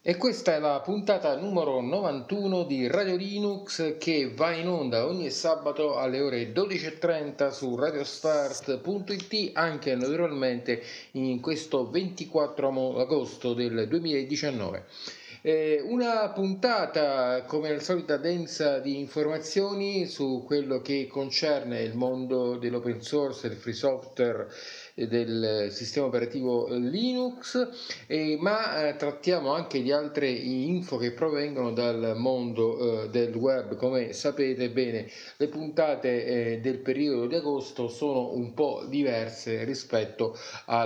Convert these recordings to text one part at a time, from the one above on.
E questa è la puntata numero 91 di Radio Linux che va in onda ogni sabato alle ore 12.30 su radiostart.it, anche naturalmente in questo 24 agosto del 2019. Una puntata come al solito densa di informazioni su quello che concerne il mondo dell'open source, del free software e del sistema operativo Linux, ma trattiamo anche di altre info che provengono dal mondo del web. Come sapete bene, le puntate del periodo di agosto sono un po' diverse rispetto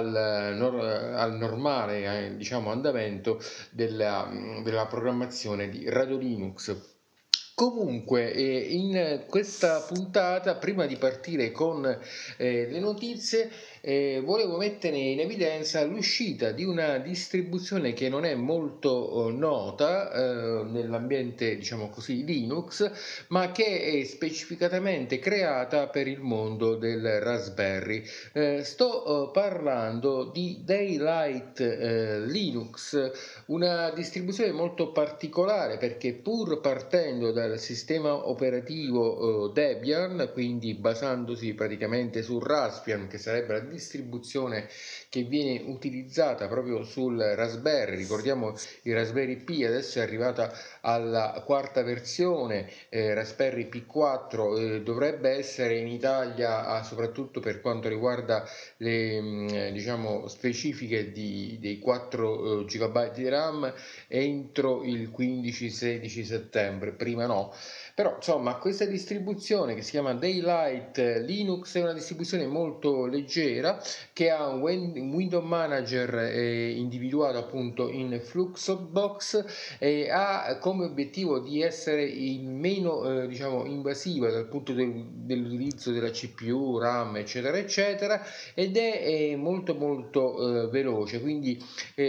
al normale andamento della programmazione di Radio Linux. Comunque, in questa puntata, prima di partire con le notizie, volevo mettere in evidenza l'uscita di una distribuzione che non è molto nota nell'ambiente, diciamo così, Linux, ma che è specificatamente creata per il mondo del Raspberry. Sto parlando di Daylight Linux, una distribuzione molto particolare perché, pur partendo dal sistema operativo Debian, quindi basandosi praticamente su Raspbian, che sarebbe la distribuzione che viene utilizzata proprio sul Raspberry. Ricordiamo il Raspberry Pi, adesso è arrivata alla quarta versione, Raspberry Pi 4, dovrebbe essere in Italia, soprattutto per quanto riguarda le specifiche dei 4 GB di RAM, entro il 15-16 settembre, prima no. Però insomma, questa distribuzione che si chiama Daylight Linux è una distribuzione molto leggera che ha un window manager individuato appunto in Fluxbox e ha come obiettivo di essere il meno invasiva dal punto dell'utilizzo della CPU, RAM, eccetera eccetera, ed è molto veloce. Quindi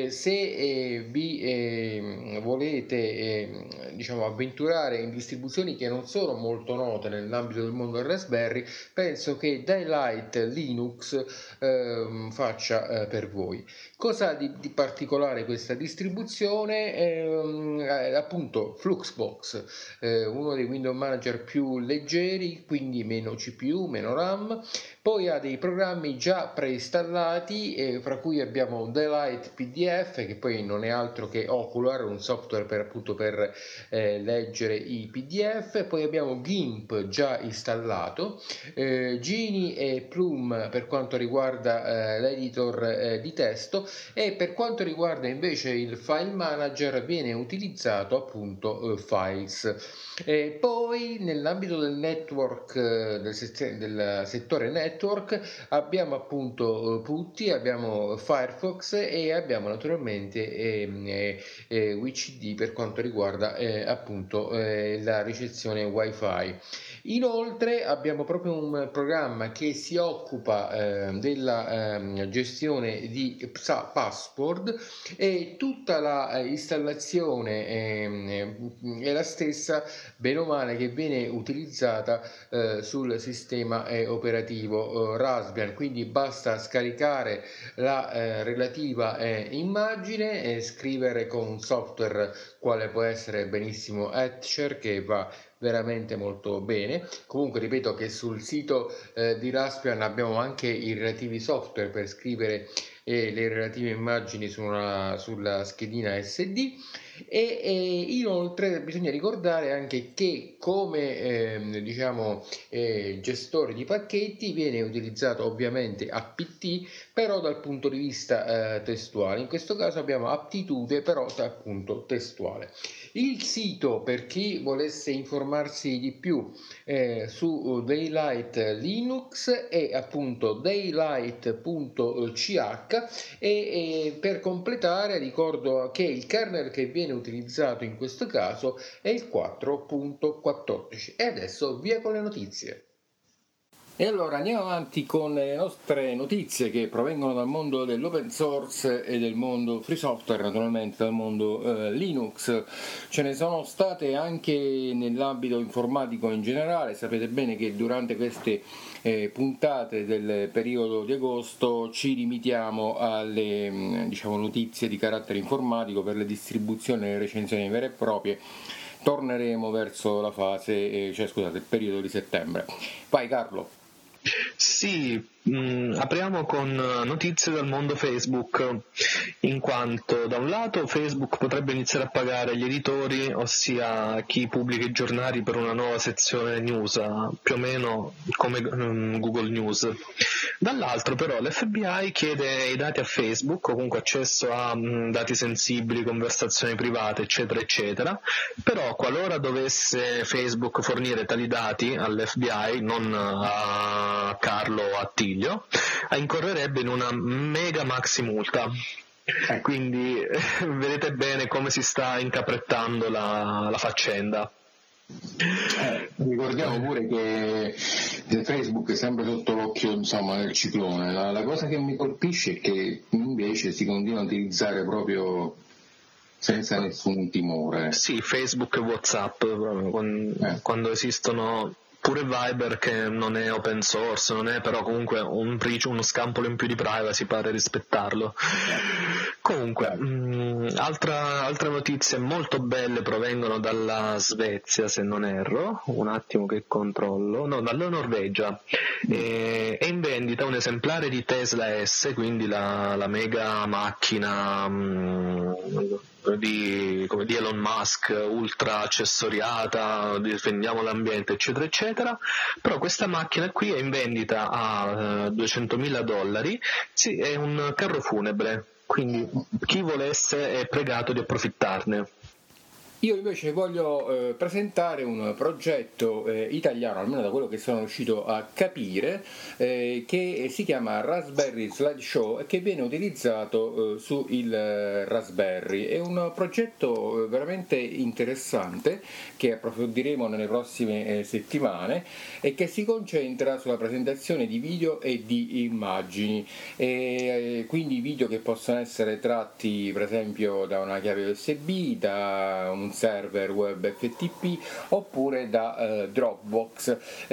se vi volete avventurare in distribuzioni che non sono molto note nell'ambito del mondo del Raspberry, penso che Daylight Linux faccia per voi. Cosa di particolare questa distribuzione? Appunto Fluxbox, uno dei window manager più leggeri, quindi meno CPU, meno RAM. Poi ha dei programmi già preinstallati, fra cui abbiamo Daylight PDF, che poi non è altro che Ocular, un software per leggere i PDF. Poi abbiamo GIMP già installato, Genie e Plume per quanto riguarda l'editor di testo, e per quanto riguarda invece il file manager viene utilizzato appunto Files. Poi nell'ambito del network, del settore network, abbiamo appunto PuTTY, abbiamo Firefox e abbiamo naturalmente WCD per quanto riguarda appunto la ricezione Wi-Fi. Inoltre abbiamo proprio un programma che si occupa della gestione di password, e tutta la installazione è la stessa, bene o male, che viene utilizzata sul sistema operativo Raspbian. Quindi basta scaricare la relativa immagine e scrivere con un software quale può essere benissimo Etcher, che va veramente molto bene. Comunque ripeto che sul sito di Raspbian abbiamo anche i relativi software per scrivere le relative immagini sulla schedina SD. E inoltre bisogna ricordare anche che come gestore di pacchetti viene utilizzato ovviamente apt, però dal punto di vista testuale. In questo caso abbiamo aptitude, però appunto testuale. Il sito, per chi volesse informarsi di più su Daylight Linux, è appunto daylight.ch, e per completare ricordo che il kernel che viene utilizzato in questo caso è il 4.14. E adesso via con le notizie. E allora andiamo avanti con le nostre notizie che provengono dal mondo dell'open source e del mondo free software, naturalmente dal mondo Linux. Ce ne sono state anche nell'ambito informatico in generale. Sapete bene che durante queste puntate del periodo di agosto ci limitiamo alle notizie di carattere informatico per le distribuzioni e le recensioni vere e proprie. Torneremo verso la fase, il periodo di settembre. Vai Carlo. Sì, apriamo con notizie dal mondo Facebook, in quanto da un lato Facebook potrebbe iniziare a pagare gli editori, ossia chi pubblica i giornali, per una nuova sezione news, più o meno come Google News. Dall'altro però l'FBI chiede i dati a Facebook, o comunque accesso a dati sensibili, conversazioni private, eccetera eccetera, però qualora dovesse Facebook fornire tali dati all'FBI, non a Carlo o a Tiglio, incorrerebbe in una mega maxi multa. Quindi vedete bene come si sta incaprettando la faccenda. Ricordiamo pure che Facebook è sempre sotto l'occhio del ciclone. La cosa che mi colpisce è che invece si continua a utilizzare proprio senza nessun timore. Sì, Facebook e WhatsApp, quando esistono pure Viber, che non è open source, non è, però comunque uno scampolo in più di privacy, pare rispettarlo. Comunque, altre notizie molto belle provengono dalla Svezia, se non erro, un attimo che controllo, no, dalla Norvegia. È in vendita un esemplare di Tesla S, quindi la mega macchina di Elon Musk, ultra accessoriata, difendiamo l'ambiente, eccetera eccetera. Però questa macchina qui è in vendita a $200.000. Sì, è un carro funebre, quindi chi volesse è pregato di approfittarne. Io invece voglio presentare un progetto italiano, almeno da quello che sono riuscito a capire, che si chiama Raspberry Slideshow e che viene utilizzato su il Raspberry. È un progetto veramente interessante che approfondiremo nelle prossime settimane e che si concentra sulla presentazione di video e di immagini, quindi video che possono essere tratti per esempio da una chiave USB, da un server web FTP oppure da Dropbox,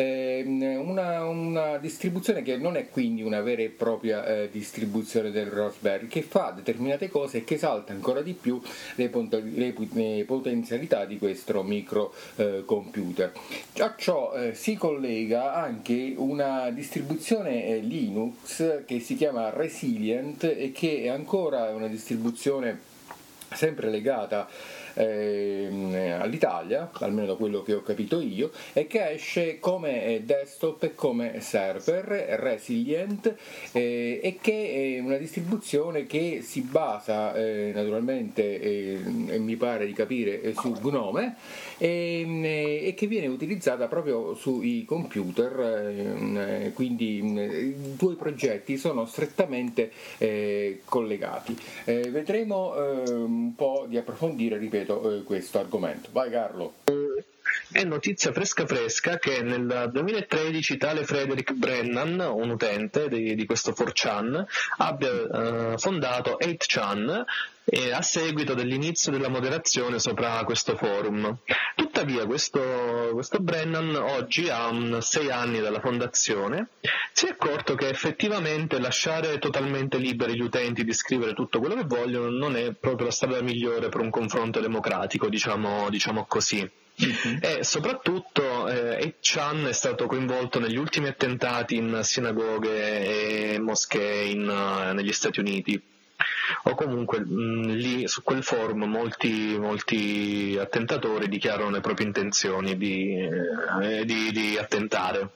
una distribuzione che non è quindi una vera e propria distribuzione del Raspberry, che fa determinate cose e che esalta ancora di più le potenzialità di questo microcomputer. A ciò si collega anche una distribuzione Linux che si chiama Resilient e che è ancora una distribuzione sempre legata all'Italia, almeno da quello che ho capito io, e che esce come desktop e come server Resilient, e che è una distribuzione che si basa naturalmente e mi pare di capire su GNOME e che viene utilizzata proprio sui computer, quindi i due progetti sono strettamente collegati. Vedremo un po' di approfondire, ripeto, questo argomento. Vai Carlo. È notizia fresca che nel 2013 tale Frederick Brennan, un utente di questo 4chan, abbia fondato 8chan a seguito dell'inizio della moderazione sopra questo forum. Tuttavia questo Brennan oggi, a 6 anni dalla fondazione, si è accorto che effettivamente lasciare totalmente liberi gli utenti di scrivere tutto quello che vogliono non è proprio la strada migliore per un confronto democratico, diciamo così. E soprattutto 8chan è stato coinvolto negli ultimi attentati in sinagoghe e moschee negli Stati Uniti, o comunque lì su quel forum molti attentatori dichiarano le proprie intenzioni di attentare.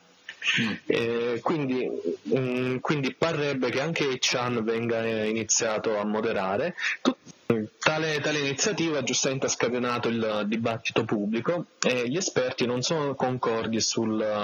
Quindi parrebbe che anche 8chan venga iniziato a moderare. Tale iniziativa giustamente ha scatenato il dibattito pubblico e gli esperti non sono concordi sulla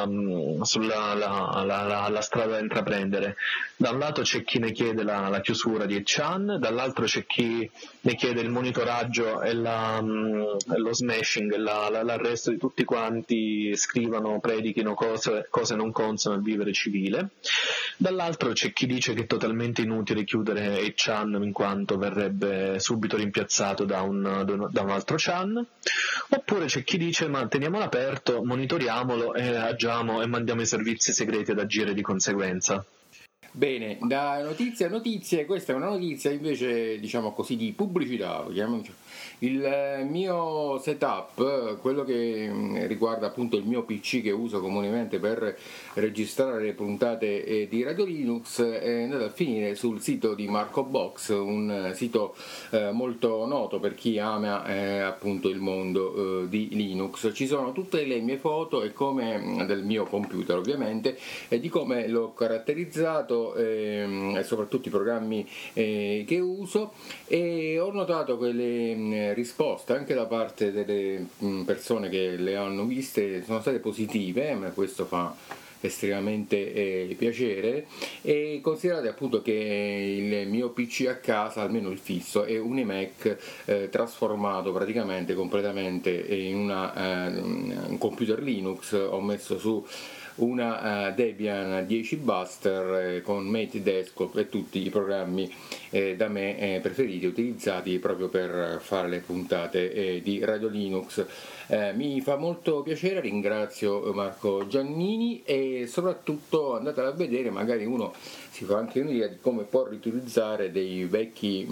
la strada da intraprendere. Da un lato c'è chi ne chiede la chiusura di 8chan, dall'altro c'è chi ne chiede il monitoraggio e lo smashing, l'arresto di tutti quanti scrivano, predichino cose non consone al vivere civile. Dall'altro c'è chi dice che è totalmente inutile chiudere 8chan in quanto verrebbe subito rimpiazzato da un altro chan, oppure c'è chi dice ma teniamolo aperto, monitoriamolo e agiamo e mandiamo i servizi segreti ad agire di conseguenza. Bene, da notizia a notizie, questa è una notizia invece, diciamo così, di pubblicità. Il mio setup, quello che riguarda appunto il mio PC che uso comunemente per registrare le puntate di Radio Linux, è andato a finire sul sito di Marco Box, un sito molto noto per chi ama appunto il mondo di Linux. Ci sono tutte le mie foto e come del mio computer ovviamente, e di come l'ho caratterizzato e soprattutto i programmi che uso, e ho notato che le risposte anche da parte delle persone che le hanno viste sono state positive, ma questo fa estremamente piacere. E considerate appunto che il mio PC a casa, almeno il fisso, è un iMac trasformato praticamente completamente in un computer Linux. Ho messo su una Debian 10 Buster con Mate Desktop e tutti i programmi da me preferiti, utilizzati proprio per fare le puntate di Radio Linux. Mi fa molto piacere, ringrazio Marco Giannini, e soprattutto andate a vedere, magari uno si fa anche un'idea di come può riutilizzare dei vecchi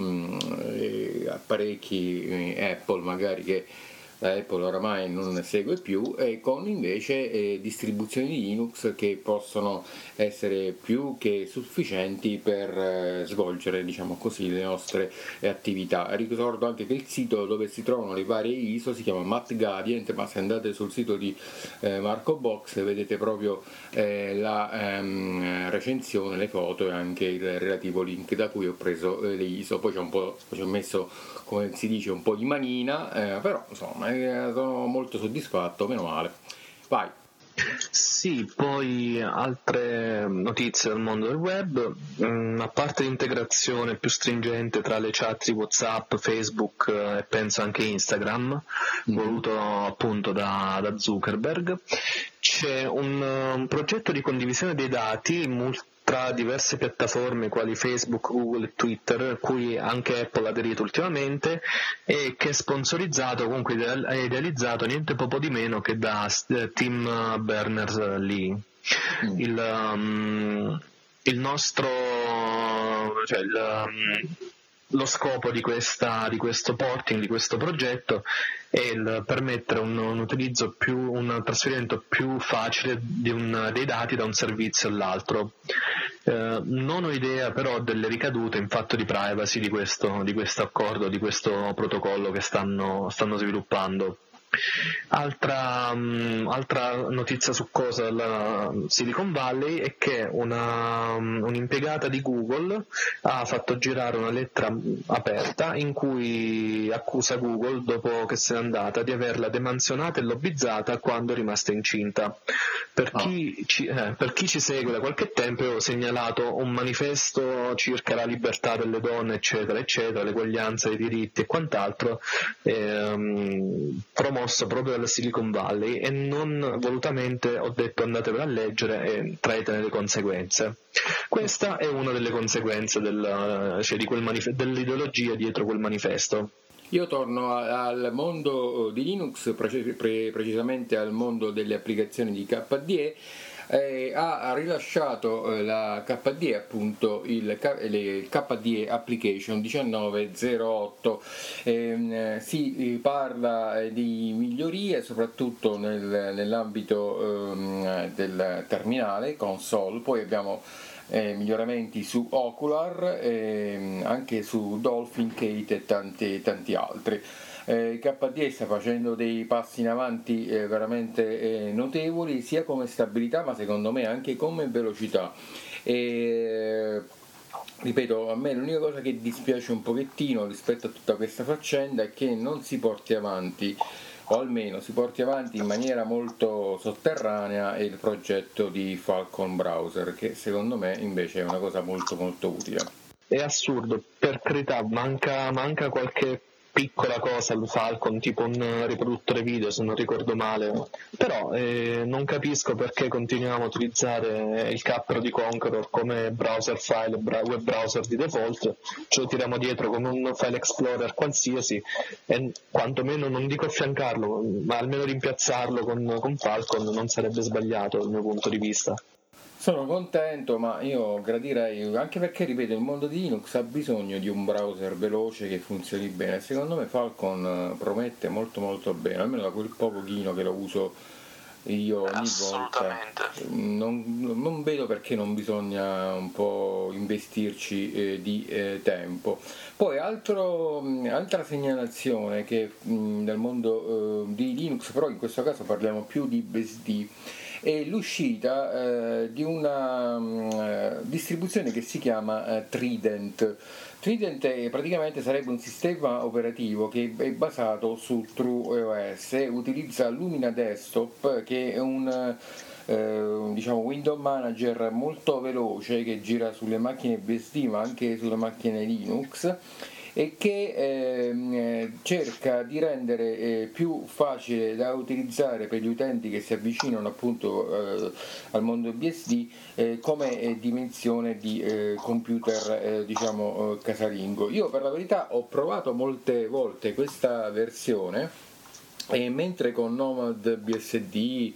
apparecchi Apple, magari che la Apple oramai non segue più, e con invece distribuzioni di Linux che possono essere più che sufficienti per svolgere, diciamo così, le nostre attività. Ricordo anche che il sito dove si trovano le varie ISO si chiama MathGradient, ma se andate sul sito di Marco Box vedete proprio la recensione, le foto e anche il relativo link da cui ho preso le ISO. Poi ci ho messo, come si dice, un po' di manina, però insomma sono molto soddisfatto, meno male. Vai. Sì, poi altre notizie dal mondo del web, a parte l'integrazione più stringente tra le chat di WhatsApp, Facebook e penso anche Instagram, voluto appunto da Zuckerberg, c'è un progetto di condivisione dei dati tra diverse piattaforme quali Facebook, Google e Twitter, cui anche Apple ha aderito ultimamente, e che è sponsorizzato, comunque è idealizzato niente poco di meno che da Tim Berners-Lee. Il nostro, cioè lo scopo di questo porting, di questo progetto, è permettere un trasferimento più facile dei dati da un servizio all'altro. Non ho idea però delle ricadute in fatto di privacy di questo accordo, di questo protocollo che stanno sviluppando. Altra notizia su cosa la Silicon Valley è che un'impiegata di Google ha fatto girare una lettera aperta in cui accusa Google, dopo che se n'è andata, di averla demansionata e lobbizzata quando è rimasta incinta. Per chi ci segue da qualche tempo, ho segnalato un manifesto circa la libertà delle donne, eccetera eccetera, l'eguaglianza dei diritti e quant'altro, promosso proprio dalla Silicon Valley, e non volutamente ho detto andatevelo a leggere e traetene le conseguenze. Questa è una delle conseguenze dell'ideologia dietro quel manifesto. Io torno al mondo di Linux, precisamente al mondo delle applicazioni di KDE. Ha rilasciato la KDE, appunto le KDE Application 19.08. Si parla di migliorie soprattutto nell'ambito del terminale console. Poi abbiamo miglioramenti su Ocular, anche su Dolphin, Kate e tanti altri. KDE sta facendo dei passi in avanti veramente notevoli, sia come stabilità ma secondo me anche come velocità. ripeto, a me l'unica cosa che dispiace un pochettino rispetto a tutta questa faccenda è che non si porti avanti, o almeno si porti avanti in maniera molto sotterranea, il progetto di Falcon Browser, che secondo me invece è una cosa molto molto utile. È assurdo, per carità, manca qualche piccola cosa al Falcon, tipo un riproduttore video se non ricordo male, però non capisco perché continuiamo a utilizzare il cappero di Conqueror come browser file, web browser di default, ce lo tiriamo dietro come un file explorer qualsiasi e quantomeno non dico affiancarlo, ma almeno rimpiazzarlo con Falcon non sarebbe sbagliato dal mio punto di vista. Sono contento, ma io gradirei, anche perché, ripeto, il mondo di Linux ha bisogno di un browser veloce che funzioni bene. Secondo me Falcon promette molto molto bene, almeno da quel pochino che lo uso io ogni volta. Non vedo perché non bisogna un po' investirci di tempo. Poi altra segnalazione che nel mondo di Linux, però in questo caso parliamo più di BSD, è l'uscita di una distribuzione che si chiama Trident. Trident praticamente sarebbe un sistema operativo che è basato su TrueOS, utilizza Lumina Desktop, che è un window manager molto veloce che gira sulle macchine BSD ma anche sulle macchine Linux, e che cerca di rendere più facile da utilizzare per gli utenti che si avvicinano appunto al mondo BSD come dimensione di computer casalingo. Io per la verità ho provato molte volte questa versione e mentre con Nomad BSD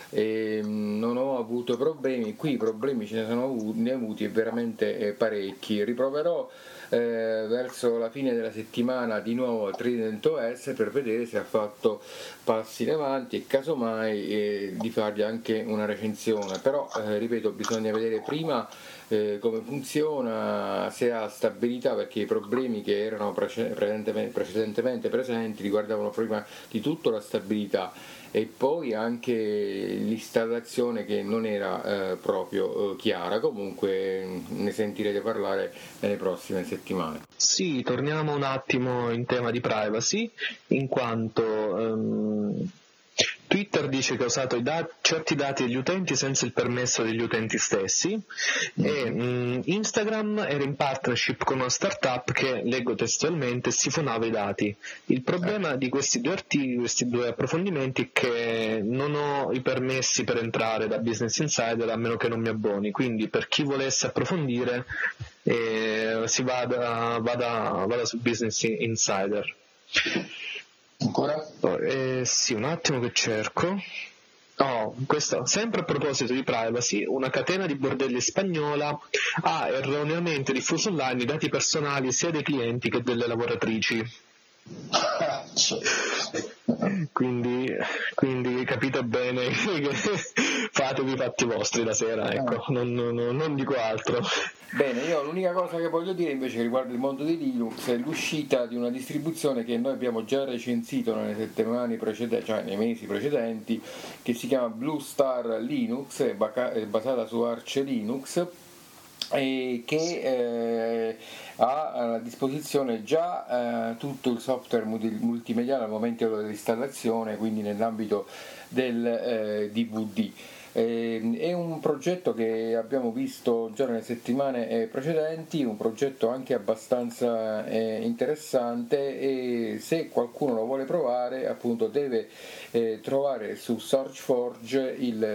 non ho avuto problemi, qui i problemi ne ho avuti veramente parecchi. Riproverò verso la fine della settimana di nuovo Trident OS per vedere se ha fatto passi in avanti e casomai di fargli anche una recensione, però ripeto, bisogna vedere prima come funziona, se ha stabilità, perché i problemi che erano precedentemente presenti riguardavano prima di tutto la stabilità e poi anche l'installazione che non era proprio chiara. Comunque ne sentirete parlare nelle prossime settimane. Sì, torniamo un attimo in tema di privacy, in quanto Twitter dice che ha usato certi dati degli utenti senza il permesso degli utenti stessi e Instagram era in partnership con una startup che, leggo testualmente, sifonava i dati. Il problema di questi due articoli, questi due approfondimenti, è che non ho i permessi per entrare da Business Insider a meno che non mi abboni, quindi per chi volesse approfondire si vada su Business Insider. Ancora? Sì, un attimo che cerco. Questo, sempre a proposito di privacy, una catena di bordelli spagnola ha erroneamente diffuso online i dati personali sia dei clienti che delle lavoratrici. Quindi capite bene che fatevi i fatti vostri la sera, ecco, non dico altro. Bene, io l'unica cosa che voglio dire invece che riguarda il mondo di Linux è l'uscita di una distribuzione che noi abbiamo già recensito nelle settimane precedenti, cioè nei mesi precedenti, che si chiama Blue Star Linux, è basata su Arch Linux e che ha a disposizione già tutto il software multimediale al momento dell'installazione, quindi nell'ambito del DVD. È un progetto che abbiamo visto già nelle settimane precedenti, un progetto anche abbastanza interessante, e se qualcuno lo vuole provare appunto deve trovare su SourceForge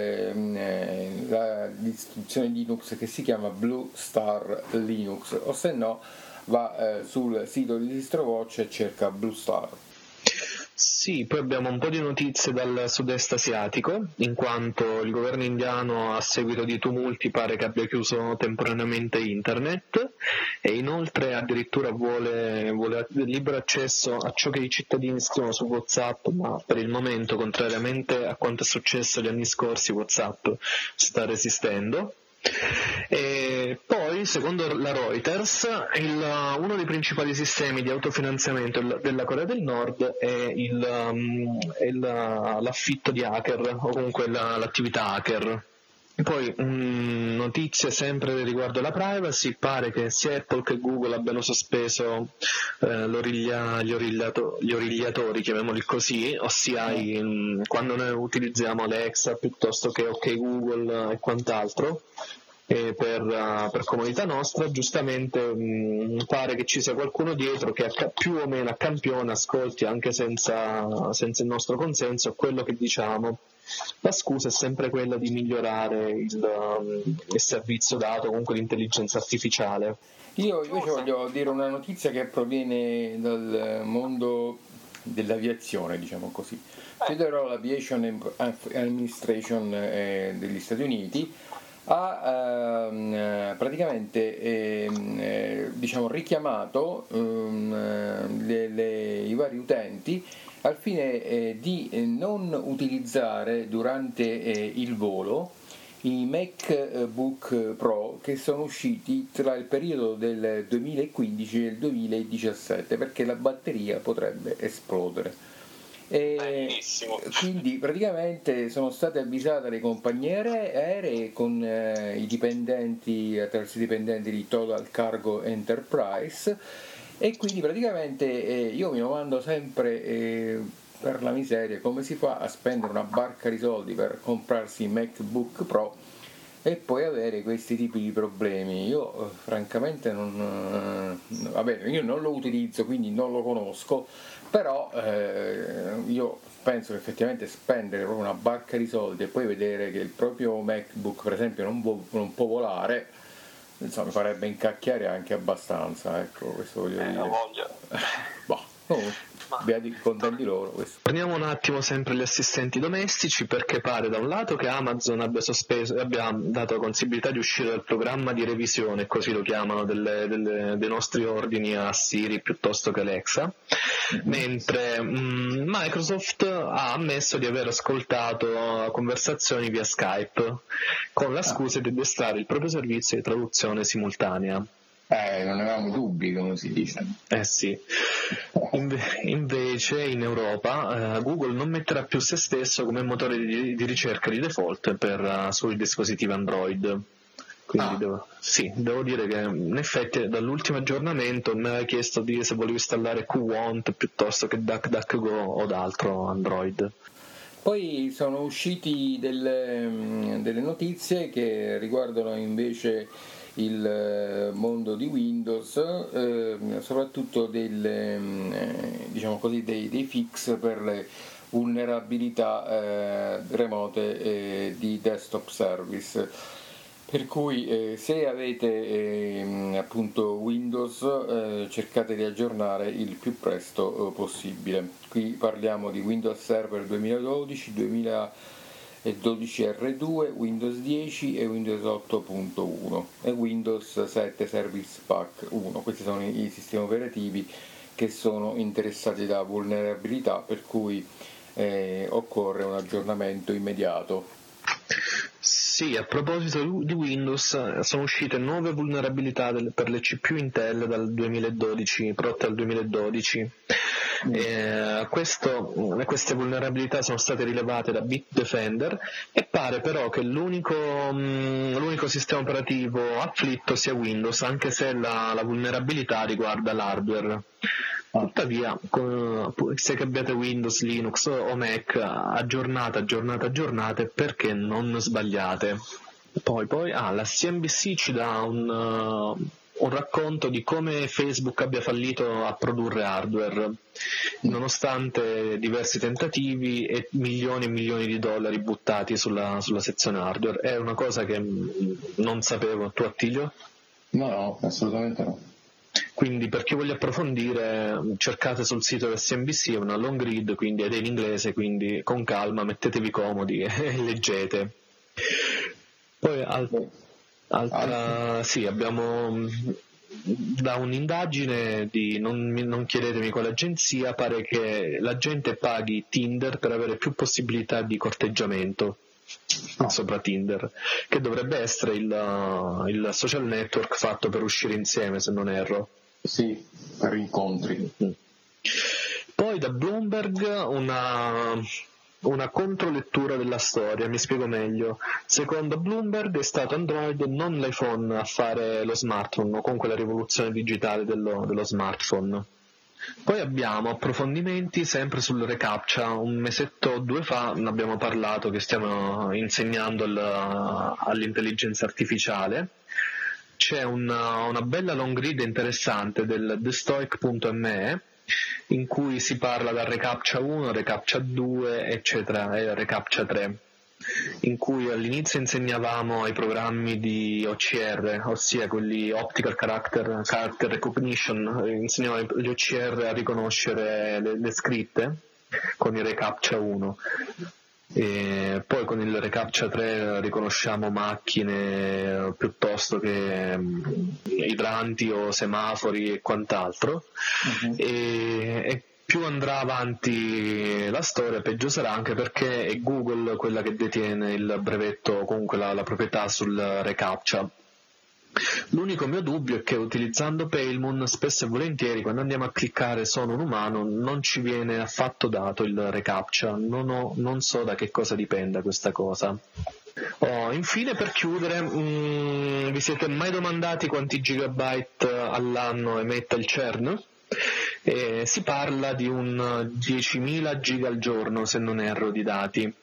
la distribuzione Linux che si chiama Blue Star Linux, o se no va sul sito di DistroWatch e cerca Blue Star. Sì, poi abbiamo un po' di notizie dal sud-est asiatico, in quanto il governo indiano, a seguito di tumulti, pare che abbia chiuso temporaneamente internet e inoltre addirittura vuole libero accesso a ciò che i cittadini scrivono su WhatsApp, ma per il momento, contrariamente a quanto è successo gli anni scorsi, WhatsApp sta resistendo. E poi, secondo la Reuters, uno dei principali sistemi di autofinanziamento della Corea del Nord è l'affitto di hacker, o comunque l'attività hacker. Poi notizie sempre riguardo la privacy, pare che sia Apple che Google abbiano sospeso gli origliatori, chiamiamoli così, ossia quando noi utilizziamo Alexa piuttosto che OK Google e quant'altro, per comodità nostra. Giustamente pare che ci sia qualcuno dietro che più o meno a campione ascolti anche senza il nostro consenso quello che diciamo. La scusa è sempre quella di migliorare il servizio dato, comunque l'intelligenza artificiale. Io invece voglio dire una notizia che proviene dal mondo dell'aviazione, diciamo così. Federal Aviation Administration degli Stati Uniti ha praticamente diciamo, richiamato i vari utenti al fine di non utilizzare durante il volo i MacBook Pro che sono usciti tra il periodo del 2015 e il 2017, perché la batteria potrebbe esplodere. Quindi praticamente sono state avvisate le compagnie aeree con i dipendenti, attraverso i dipendenti di Total Cargo Enterprise, e quindi praticamente io mi domando sempre per la miseria come si fa a spendere una barca di soldi per comprarsi MacBook Pro e poi avere questi tipi di problemi. Io francamente io non lo utilizzo, quindi non lo conosco, però io penso che effettivamente spendere proprio una barca di soldi e poi vedere che il proprio MacBook per esempio non può volare, insomma, mi farebbe incacchiare anche abbastanza, ecco, questo voglio dire. Voglia. Beati contenti loro. Questo. Torniamo un attimo sempre agli assistenti domestici, perché pare da un lato che Amazon abbia dato la possibilità di uscire dal programma di revisione, così lo chiamano, dei nostri ordini a Siri piuttosto che Alexa, mentre Microsoft ha ammesso di aver ascoltato conversazioni via Skype con la scusa di addestrare il proprio servizio di traduzione simultanea. Non avevamo dubbi, come si dice. Sì. Invece in Europa Google non metterà più se stesso come motore di ricerca di default sui dispositivi Android. Quindi devo dire che in effetti dall'ultimo aggiornamento mi aveva chiesto se volevo installare QWant piuttosto che DuckDuckGo o d'altro Android. Poi sono usciti delle notizie che riguardano invece il mondo di Windows, soprattutto diciamo così, dei fix per le vulnerabilità remote di desktop service, per cui se avete appunto Windows cercate di aggiornare il più presto possibile. Qui parliamo di Windows Server 2012, 2012 R2, Windows 10 e Windows 8.1 e Windows 7 Service Pack 1. Questi sono i sistemi operativi che sono interessati da vulnerabilità, per cui occorre un aggiornamento immediato. Sì, a proposito di Windows, sono uscite nuove vulnerabilità per le CPU Intel dal 2012, prodotte dal 2012. Queste vulnerabilità sono state rilevate da Bitdefender e pare però che l'unico sistema operativo afflitto sia Windows, anche se la vulnerabilità riguarda l'hardware. Tuttavia, se abbiate Windows, Linux o Mac, aggiornate, perché non sbagliate. Poi la CNBC ci dà un racconto di come Facebook abbia fallito a produrre hardware, nonostante diversi tentativi e milioni di dollari buttati sulla sezione hardware. È una cosa che non sapevo. Tu, Attilio? No, assolutamente no. Quindi per chi voglia approfondire cercate sul sito del CNBC, è una long read, quindi ed è in inglese, quindi con calma mettetevi comodi e leggete. Poi abbiamo da un'indagine di non chiedetemi quale agenzia, pare che la gente paghi Tinder per avere più possibilità di corteggiamento sopra Tinder, che dovrebbe essere il social network fatto per uscire insieme, se non erro. Sì, per incontri. Poi da Bloomberg una controlettura della storia, mi spiego meglio. Secondo Bloomberg è stato Android, non l'iPhone, a fare lo smartphone, o comunque la rivoluzione digitale dello smartphone. Poi abbiamo approfondimenti sempre sul reCAPTCHA. Un mesetto o due fa ne abbiamo parlato, che stiamo insegnando all'intelligenza artificiale. C'è una bella long read interessante del thestoic.me in cui si parla dal reCAPTCHA 1, reCAPTCHA 2, eccetera, e reCAPTCHA 3, in cui all'inizio insegnavamo ai programmi di OCR, ossia quelli Optical Character Recognition, insegnavamo agli OCR a riconoscere le scritte con il reCAPTCHA 1. E poi con il reCAPTCHA 3 riconosciamo macchine piuttosto che idranti o semafori e quant'altro. E più andrà avanti la storia, peggio sarà, anche perché è Google quella che detiene il brevetto, o comunque la proprietà sul reCAPTCHA. L'unico mio dubbio è che utilizzando Palemoon spesso e volentieri quando andiamo a cliccare sono un umano non ci viene affatto dato il reCAPTCHA, non so da che cosa dipenda questa cosa. Infine, per chiudere, vi siete mai domandati quanti gigabyte all'anno emette il CERN? Si parla di un 10.000 giga al giorno, se non erro, di dati.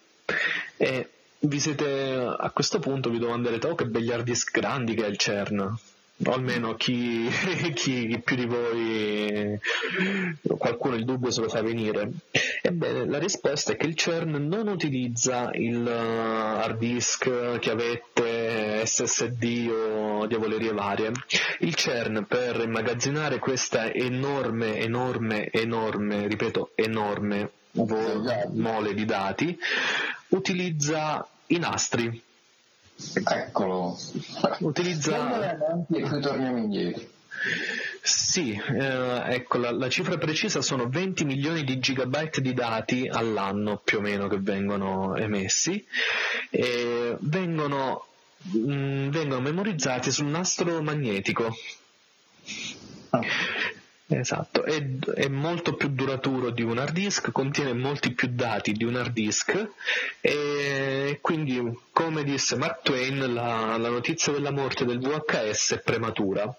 A questo punto vi domanderete: oh, che begli hard disk grandi che ha il CERN, o almeno chi più di voi, qualcuno il dubbio se lo fa venire. Ebbene, la risposta è che il CERN non utilizza il hard disk, chiavette, SSD o diavolerie varie. Il CERN, per immagazzinare questa enorme, ripeto, enorme mole di dati, uticizza i nastri. Eccolo. Utilizza... E poi torniamo indietro. Sì, ecco, la cifra precisa sono 20 milioni di gigabyte di dati all'anno più o meno che vengono emessi, e vengono memorizzati sul nastro magnetico. Esatto, è molto più duraturo di un hard disk, contiene molti più dati di un hard disk, e quindi, come disse Mark Twain, la notizia della morte del VHS è prematura.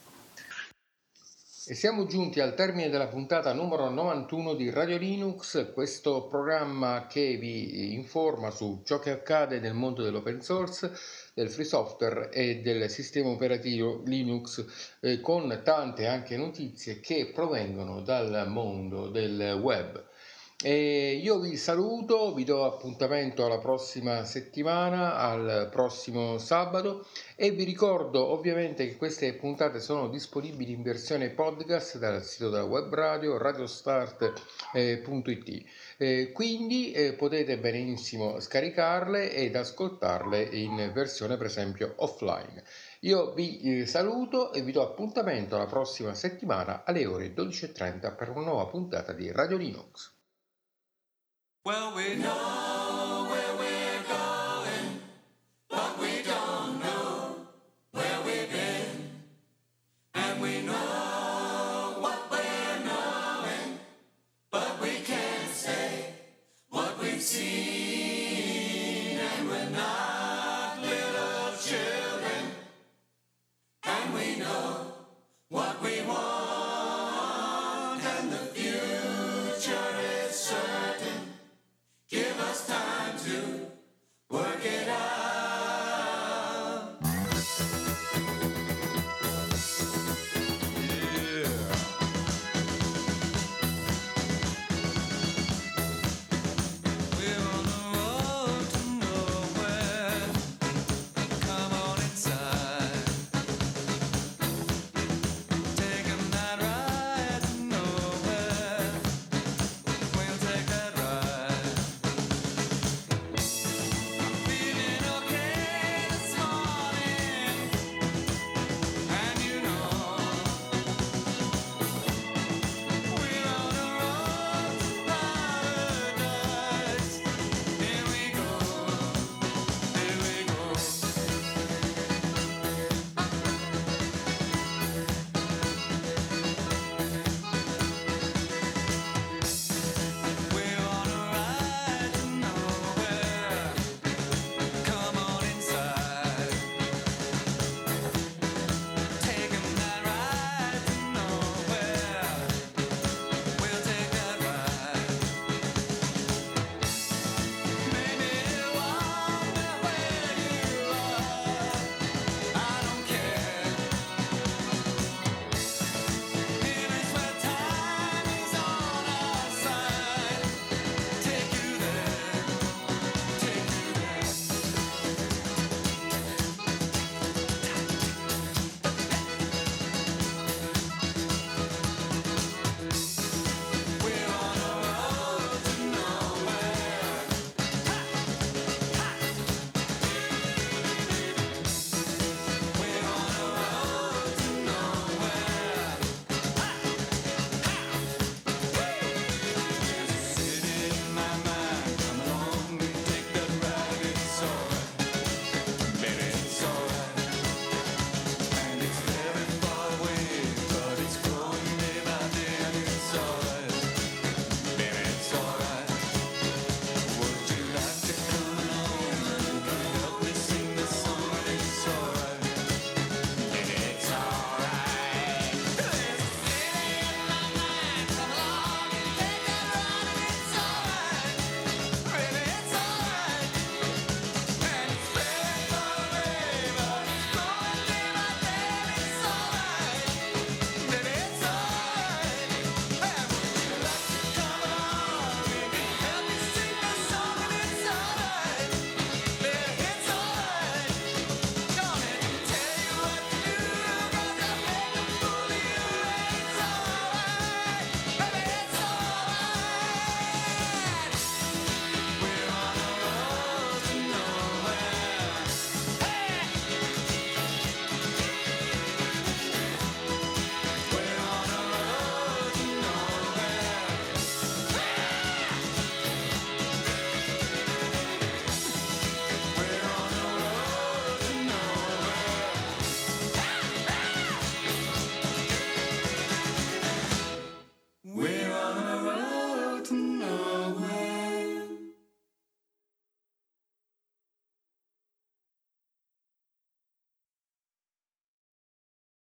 E siamo giunti al termine della puntata numero 91 di Radio Linux, questo programma che vi informa su ciò che accade nel mondo dell'open source, del free software e del sistema operativo Linux, con tante anche notizie che provengono dal mondo del web. E io vi saluto, vi do appuntamento alla prossima settimana, al prossimo sabato, e vi ricordo ovviamente che queste puntate sono disponibili in versione podcast dal sito della web radio radiostart.it, quindi potete benissimo scaricarle ed ascoltarle in versione per esempio offline. Io vi saluto e vi do appuntamento alla prossima settimana alle ore 12:30 per una nuova puntata di Radio Linux. Well, we know